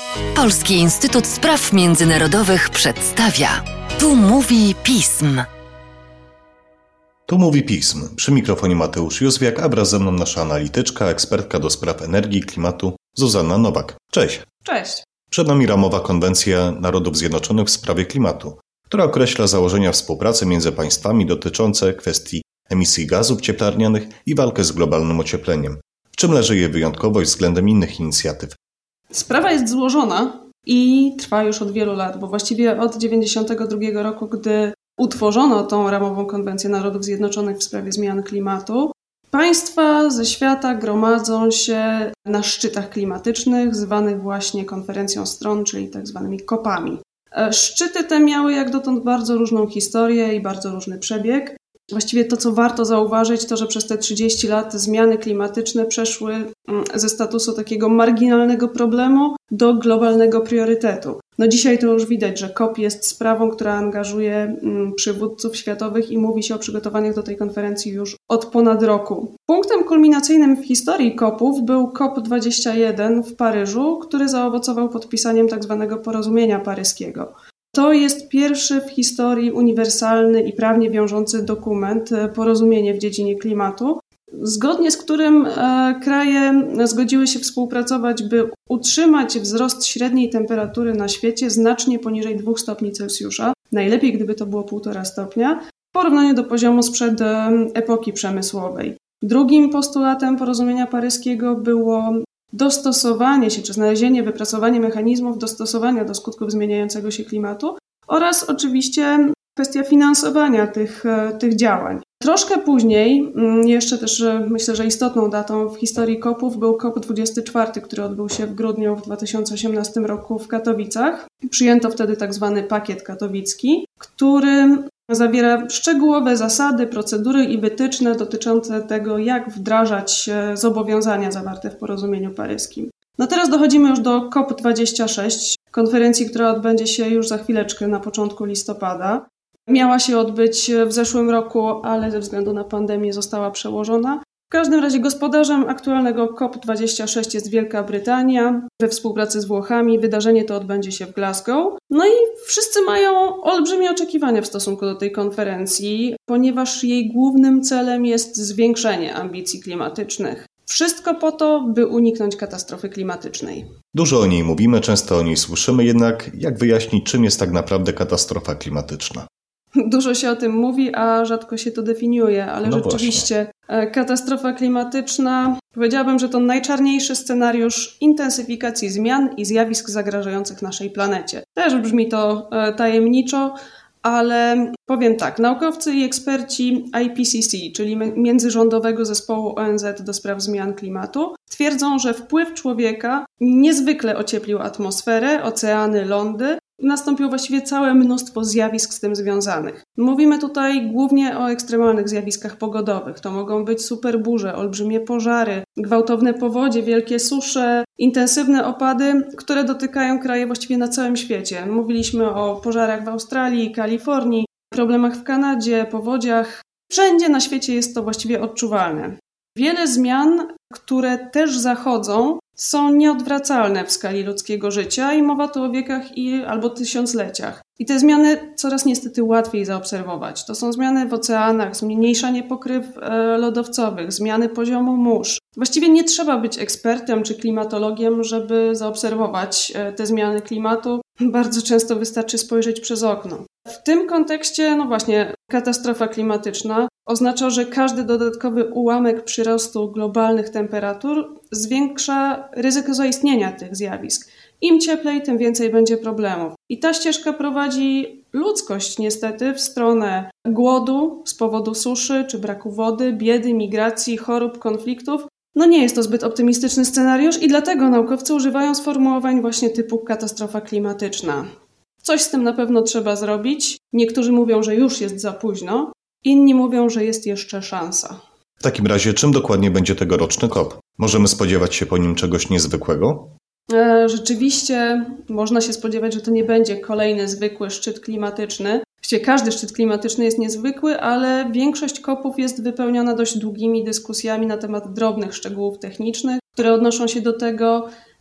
Polski Instytut Spraw Międzynarodowych przedstawia. Tu mówi pism. Tu mówi pism. Przy mikrofonie Mateusz Józwiak, a wraz ze mną nasza analityczka, ekspertka do spraw energii i klimatu Zuzanna Nowak. Cześć. Cześć. Przed nami ramowa konwencja Narodów Zjednoczonych w sprawie klimatu, która określa założenia współpracy między państwami dotyczące kwestii emisji gazów cieplarnianych i walkę z globalnym ociepleniem. W czym leży jej wyjątkowość względem innych inicjatyw? Sprawa jest złożona i trwa już od wielu lat, bo właściwie od 1992 roku, gdy utworzono tą ramową konwencję Narodów Zjednoczonych w sprawie zmian klimatu, państwa ze świata gromadzą się na szczytach klimatycznych, zwanych właśnie konferencją stron, czyli tak zwanymi COP-ami. Szczyty te miały jak dotąd bardzo różną historię i bardzo różny przebieg. Właściwie to, co warto zauważyć, to, że przez te 30 lat zmiany klimatyczne przeszły ze statusu takiego marginalnego problemu do globalnego priorytetu. No dzisiaj to już widać, że COP jest sprawą, która angażuje przywódców światowych i mówi się o przygotowaniach do tej konferencji już od ponad roku. Punktem kulminacyjnym w historii COP-ów był COP21 w Paryżu, który zaowocował podpisaniem tzw. porozumienia paryskiego. To jest pierwszy w historii uniwersalny i prawnie wiążący dokument, porozumienie w dziedzinie klimatu, zgodnie z którym kraje zgodziły się współpracować, by utrzymać wzrost średniej temperatury na świecie znacznie poniżej 2 stopni Celsjusza, najlepiej gdyby to było 1,5 stopnia, w porównaniu do poziomu sprzed epoki przemysłowej. Drugim postulatem porozumienia paryskiego było dostosowanie się, czy znalezienie, wypracowanie mechanizmów dostosowania do skutków zmieniającego się klimatu oraz oczywiście kwestia finansowania tych działań. Troszkę później, jeszcze też myślę, że istotną datą w historii COP-ów był COP24, który odbył się w grudniu w 2018 roku w Katowicach. Przyjęto wtedy tak zwany pakiet katowicki, który zawiera szczegółowe zasady, procedury i wytyczne dotyczące tego, jak wdrażać zobowiązania zawarte w porozumieniu paryskim. No teraz dochodzimy już do COP26, konferencji, która odbędzie się już za chwileczkę na początku listopada. Miała się odbyć w zeszłym roku, ale ze względu na pandemię została przełożona. W każdym razie gospodarzem aktualnego COP26 jest Wielka Brytania we współpracy z Włochami. Wydarzenie to odbędzie się w Glasgow. No i wszyscy mają olbrzymie oczekiwania w stosunku do tej konferencji, ponieważ jej głównym celem jest zwiększenie ambicji klimatycznych. Wszystko po to, by uniknąć katastrofy klimatycznej. Dużo o niej mówimy, często o niej słyszymy, jednak jak wyjaśnić, czym jest tak naprawdę katastrofa klimatyczna? Dużo się o tym mówi, a rzadko się to definiuje, ale rzeczywiście katastrofa klimatyczna, powiedziałabym, że to najczarniejszy scenariusz intensyfikacji zmian i zjawisk zagrażających naszej planecie. Też brzmi to tajemniczo, ale powiem tak, naukowcy i eksperci IPCC, czyli Międzyrządowego Zespołu ONZ do spraw zmian klimatu, twierdzą, że wpływ człowieka niezwykle ocieplił atmosferę, oceany, lądy. Nastąpiło właściwie całe mnóstwo zjawisk z tym związanych. Mówimy tutaj głównie o ekstremalnych zjawiskach pogodowych. To mogą być superburze, olbrzymie pożary, gwałtowne powodzie, wielkie susze, intensywne opady, które dotykają kraje właściwie na całym świecie. Mówiliśmy o pożarach w Australii, Kalifornii, problemach w Kanadzie, powodziach. Wszędzie na świecie jest to właściwie odczuwalne. Wiele zmian, które też zachodzą, są nieodwracalne w skali ludzkiego życia i mowa tu o wiekach albo tysiącleciach. I te zmiany coraz niestety łatwiej zaobserwować. To są zmiany w oceanach, zmniejszanie pokryw lodowcowych, zmiany poziomu mórz. Właściwie nie trzeba być ekspertem czy klimatologiem, żeby zaobserwować te zmiany klimatu. Bardzo często wystarczy spojrzeć przez okno. W tym kontekście, no właśnie, katastrofa klimatyczna oznacza, że każdy dodatkowy ułamek przyrostu globalnych temperatur zwiększa ryzyko zaistnienia tych zjawisk. Im cieplej, tym więcej będzie problemów. I ta ścieżka prowadzi ludzkość niestety w stronę głodu z powodu suszy czy braku wody, biedy, migracji, chorób, konfliktów. No nie jest to zbyt optymistyczny scenariusz i dlatego naukowcy używają sformułowań właśnie typu katastrofa klimatyczna. Coś z tym na pewno trzeba zrobić. Niektórzy mówią, że już jest za późno, inni mówią, że jest jeszcze szansa. W takim razie czym dokładnie będzie tegoroczny COP? Możemy spodziewać się po nim czegoś niezwykłego? Rzeczywiście można się spodziewać, że to nie będzie kolejny zwykły szczyt klimatyczny. Właściwie każdy szczyt klimatyczny jest niezwykły, ale większość COP-ów jest wypełniona dość długimi dyskusjami na temat drobnych szczegółów technicznych, które odnoszą się do tego,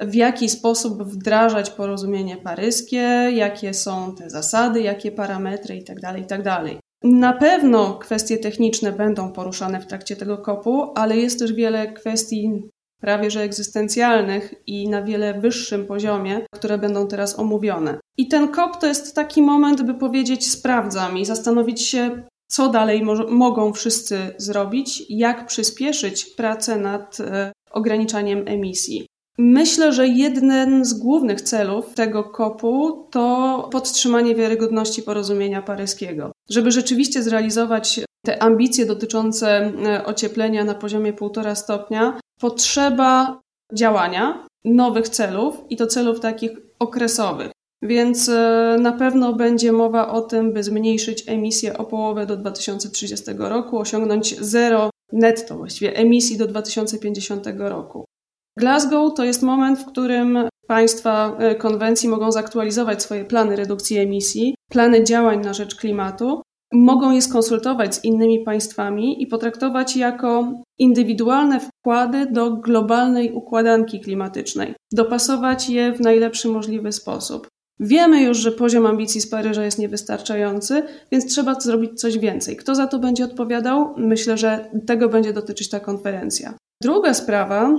w jaki sposób wdrażać porozumienie paryskie, jakie są te zasady, jakie parametry itd., itd. Na pewno kwestie techniczne będą poruszane w trakcie tego COP-u, ale jest też wiele kwestii prawie że egzystencjalnych i na wiele wyższym poziomie, które będą teraz omówione. I ten COP to jest taki moment, by powiedzieć sprawdzam i zastanowić się, co dalej mogą wszyscy zrobić, jak przyspieszyć pracę nad ograniczaniem emisji. Myślę, że jeden z głównych celów tego COP-u to podtrzymanie wiarygodności porozumienia paryskiego. Żeby rzeczywiście zrealizować te ambicje dotyczące ocieplenia na poziomie 1,5 stopnia, potrzeba działania, nowych celów i to celów takich okresowych. Więc na pewno będzie mowa o tym, by zmniejszyć emisję o połowę do 2030 roku, osiągnąć zero netto właściwie emisji do 2050 roku. Glasgow to jest moment, w którym państwa konwencji mogą zaktualizować swoje plany redukcji emisji, plany działań na rzecz klimatu, mogą je skonsultować z innymi państwami i potraktować jako indywidualne wkłady do globalnej układanki klimatycznej, dopasować je w najlepszy możliwy sposób. Wiemy już, że poziom ambicji z Paryża jest niewystarczający, więc trzeba zrobić coś więcej. Kto za to będzie odpowiadał? Myślę, że tego będzie dotyczyć ta konferencja. Druga sprawa,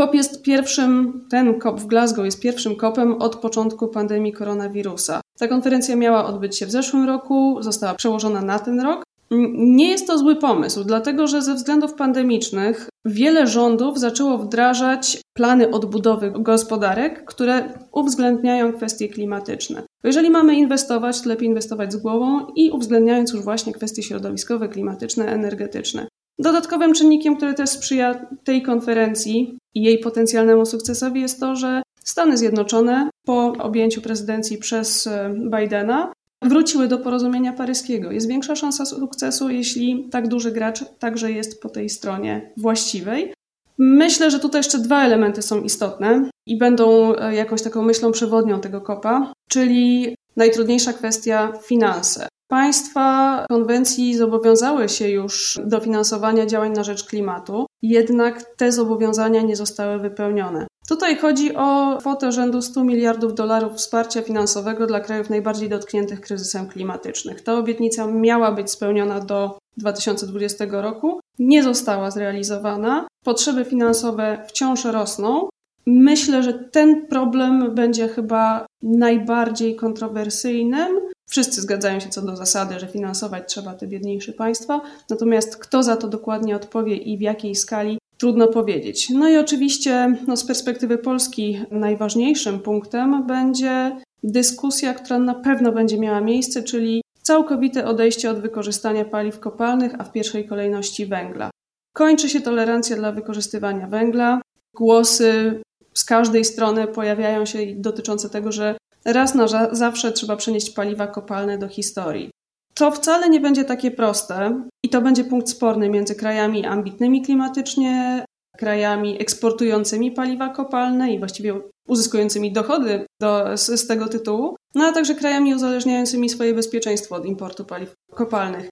ten COP w Glasgow jest pierwszym COP-em od początku pandemii koronawirusa. Ta konferencja miała odbyć się w zeszłym roku, została przełożona na ten rok. Nie jest to zły pomysł, dlatego że ze względów pandemicznych wiele rządów zaczęło wdrażać plany odbudowy gospodarek, które uwzględniają kwestie klimatyczne. Jeżeli mamy inwestować, to lepiej inwestować z głową i uwzględniając już właśnie kwestie środowiskowe, klimatyczne, energetyczne. Dodatkowym czynnikiem, który też sprzyja tej konferencji i jej potencjalnemu sukcesowi jest to, że Stany Zjednoczone po objęciu prezydencji przez Bidena wróciły do porozumienia paryskiego. Jest większa szansa sukcesu, jeśli tak duży gracz także jest po tej stronie właściwej. Myślę, że tutaj jeszcze dwa elementy są istotne i będą jakąś taką myślą przewodnią tego COP-a, czyli najtrudniejsza kwestia finanse. Państwa konwencji zobowiązały się już do finansowania działań na rzecz klimatu, jednak te zobowiązania nie zostały wypełnione. Tutaj chodzi o kwotę rzędu 100 miliardów dolarów wsparcia finansowego dla krajów najbardziej dotkniętych kryzysem klimatycznym. Ta obietnica miała być spełniona do 2020 roku, nie została zrealizowana. Potrzeby finansowe wciąż rosną. Myślę, że ten problem będzie chyba najbardziej kontrowersyjnym. Wszyscy zgadzają się co do zasady, że finansować trzeba te biedniejsze państwa, natomiast kto za to dokładnie odpowie i w jakiej skali, trudno powiedzieć. No i oczywiście z perspektywy Polski najważniejszym punktem będzie dyskusja, która na pewno będzie miała miejsce, czyli całkowite odejście od wykorzystania paliw kopalnych, a w pierwszej kolejności węgla. Kończy się tolerancja dla wykorzystywania węgla. Głosy z każdej strony pojawiają się dotyczące tego, że raz na zawsze trzeba przenieść paliwa kopalne do historii. To wcale nie będzie takie proste i to będzie punkt sporny między krajami ambitnymi klimatycznie, krajami eksportującymi paliwa kopalne i właściwie uzyskującymi dochody z tego tytułu, a także krajami uzależniającymi swoje bezpieczeństwo od importu paliw kopalnych.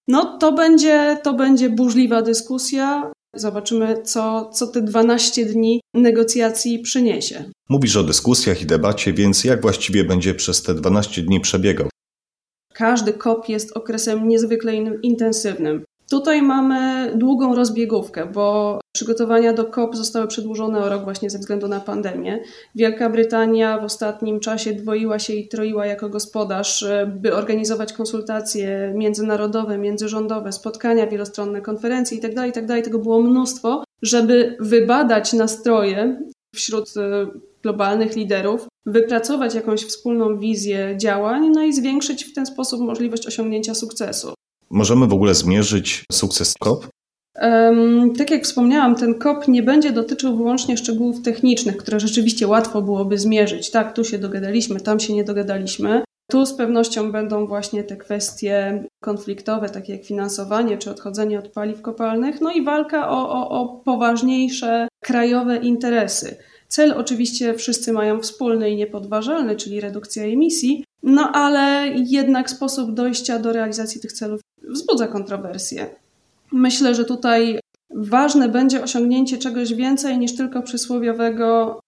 To będzie burzliwa dyskusja. Zobaczymy, co te 12 dni negocjacji przyniesie. Mówisz o dyskusjach i debacie, więc jak właściwie będzie przez te 12 dni przebiegał? Każdy COP jest okresem niezwykle intensywnym. Tutaj mamy długą rozbiegówkę, bo przygotowania do COP zostały przedłużone o rok właśnie ze względu na pandemię. Wielka Brytania w ostatnim czasie dwoiła się i troiła jako gospodarz, by organizować konsultacje międzynarodowe, międzyrządowe, spotkania wielostronne, konferencje itd. Tego było mnóstwo, żeby wybadać nastroje wśród globalnych liderów, wypracować jakąś wspólną wizję działań, i zwiększyć w ten sposób możliwość osiągnięcia sukcesu. Możemy w ogóle zmierzyć sukces COP? Tak jak wspomniałam, ten COP nie będzie dotyczył wyłącznie szczegółów technicznych, które rzeczywiście łatwo byłoby zmierzyć. Tak, tu się dogadaliśmy, tam się nie dogadaliśmy. Tu z pewnością będą właśnie te kwestie konfliktowe, takie jak finansowanie czy odchodzenie od paliw kopalnych, i walka o poważniejsze krajowe interesy. Cel oczywiście wszyscy mają wspólny i niepodważalny, czyli redukcja emisji, ale jednak sposób dojścia do realizacji tych celów wzbudza kontrowersje. Myślę, że tutaj ważne będzie osiągnięcie czegoś więcej niż tylko przysłowiowego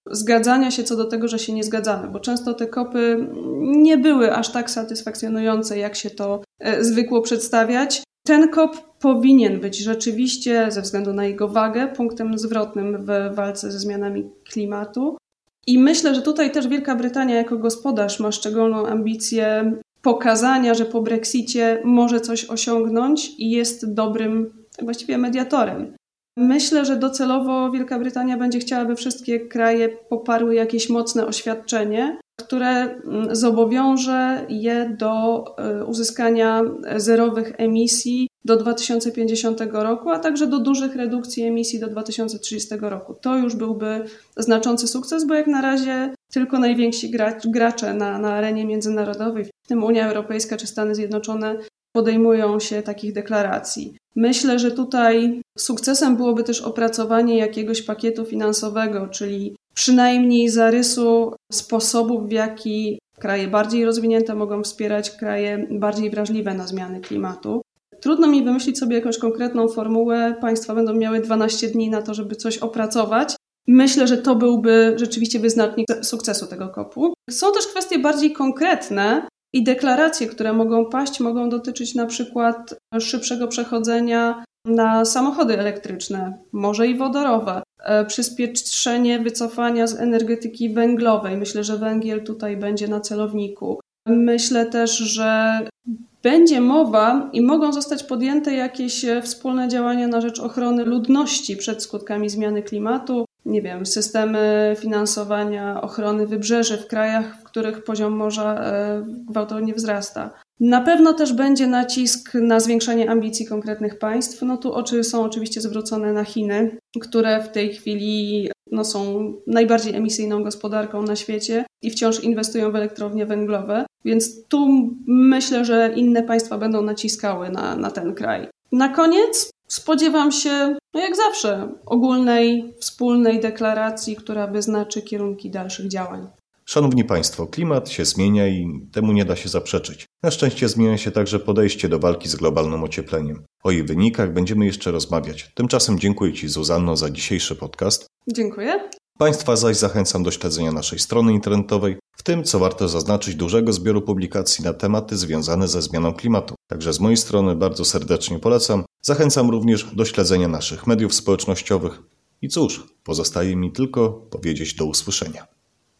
zgadzania się co do tego, że się nie zgadzamy, bo często te COP-y nie były aż tak satysfakcjonujące, jak się to zwykło przedstawiać. Ten COP powinien być rzeczywiście, ze względu na jego wagę, punktem zwrotnym w walce ze zmianami klimatu. I myślę, że tutaj też Wielka Brytania jako gospodarz ma szczególną ambicję pokazania, że po Brexicie może coś osiągnąć i jest dobrym, właściwie mediatorem. Myślę, że docelowo Wielka Brytania będzie chciała, aby wszystkie kraje poparły jakieś mocne oświadczenie, które zobowiąże je do uzyskania zerowych emisji do 2050 roku, a także do dużych redukcji emisji do 2030 roku. To już byłby znaczący sukces, bo jak na razie tylko najwięksi gracze na arenie międzynarodowej, w tym Unia Europejska czy Stany Zjednoczone, podejmują się takich deklaracji. Myślę, że tutaj sukcesem byłoby też opracowanie jakiegoś pakietu finansowego, czyli przynajmniej zarysu sposobów, w jaki kraje bardziej rozwinięte mogą wspierać kraje bardziej wrażliwe na zmiany klimatu. Trudno mi wymyślić sobie jakąś konkretną formułę. Państwa będą miały 12 dni na to, żeby coś opracować. Myślę, że to byłby rzeczywiście wyznacznik sukcesu tego COP-u. Są też kwestie bardziej konkretne i deklaracje, które mogą paść, mogą dotyczyć na przykład szybszego przechodzenia na samochody elektryczne, może i wodorowe, przyspieszenie wycofania z energetyki węglowej. Myślę, że węgiel tutaj będzie na celowniku. Myślę też, że będzie mowa i mogą zostać podjęte jakieś wspólne działania na rzecz ochrony ludności przed skutkami zmiany klimatu. Nie wiem, systemy finansowania ochrony wybrzeży w krajach, w których poziom morza gwałtownie wzrasta. Na pewno też będzie nacisk na zwiększenie ambicji konkretnych państw. Tu oczy są oczywiście zwrócone na Chiny, które w tej chwili są najbardziej emisyjną gospodarką na świecie i wciąż inwestują w elektrownie węglowe. Więc tu myślę, że inne państwa będą naciskały na ten kraj. Na koniec spodziewam się, jak zawsze, ogólnej, wspólnej deklaracji, która wyznaczy kierunki dalszych działań. Szanowni Państwo, klimat się zmienia i temu nie da się zaprzeczyć. Na szczęście zmienia się także podejście do walki z globalnym ociepleniem. O jej wynikach będziemy jeszcze rozmawiać. Tymczasem dziękuję Ci, Zuzanno, za dzisiejszy podcast. Dziękuję. Państwa zaś zachęcam do śledzenia naszej strony internetowej, w tym, co warto zaznaczyć, dużego zbioru publikacji na tematy związane ze zmianą klimatu. Także z mojej strony bardzo serdecznie polecam. Zachęcam również do śledzenia naszych mediów społecznościowych. I cóż, pozostaje mi tylko powiedzieć do usłyszenia.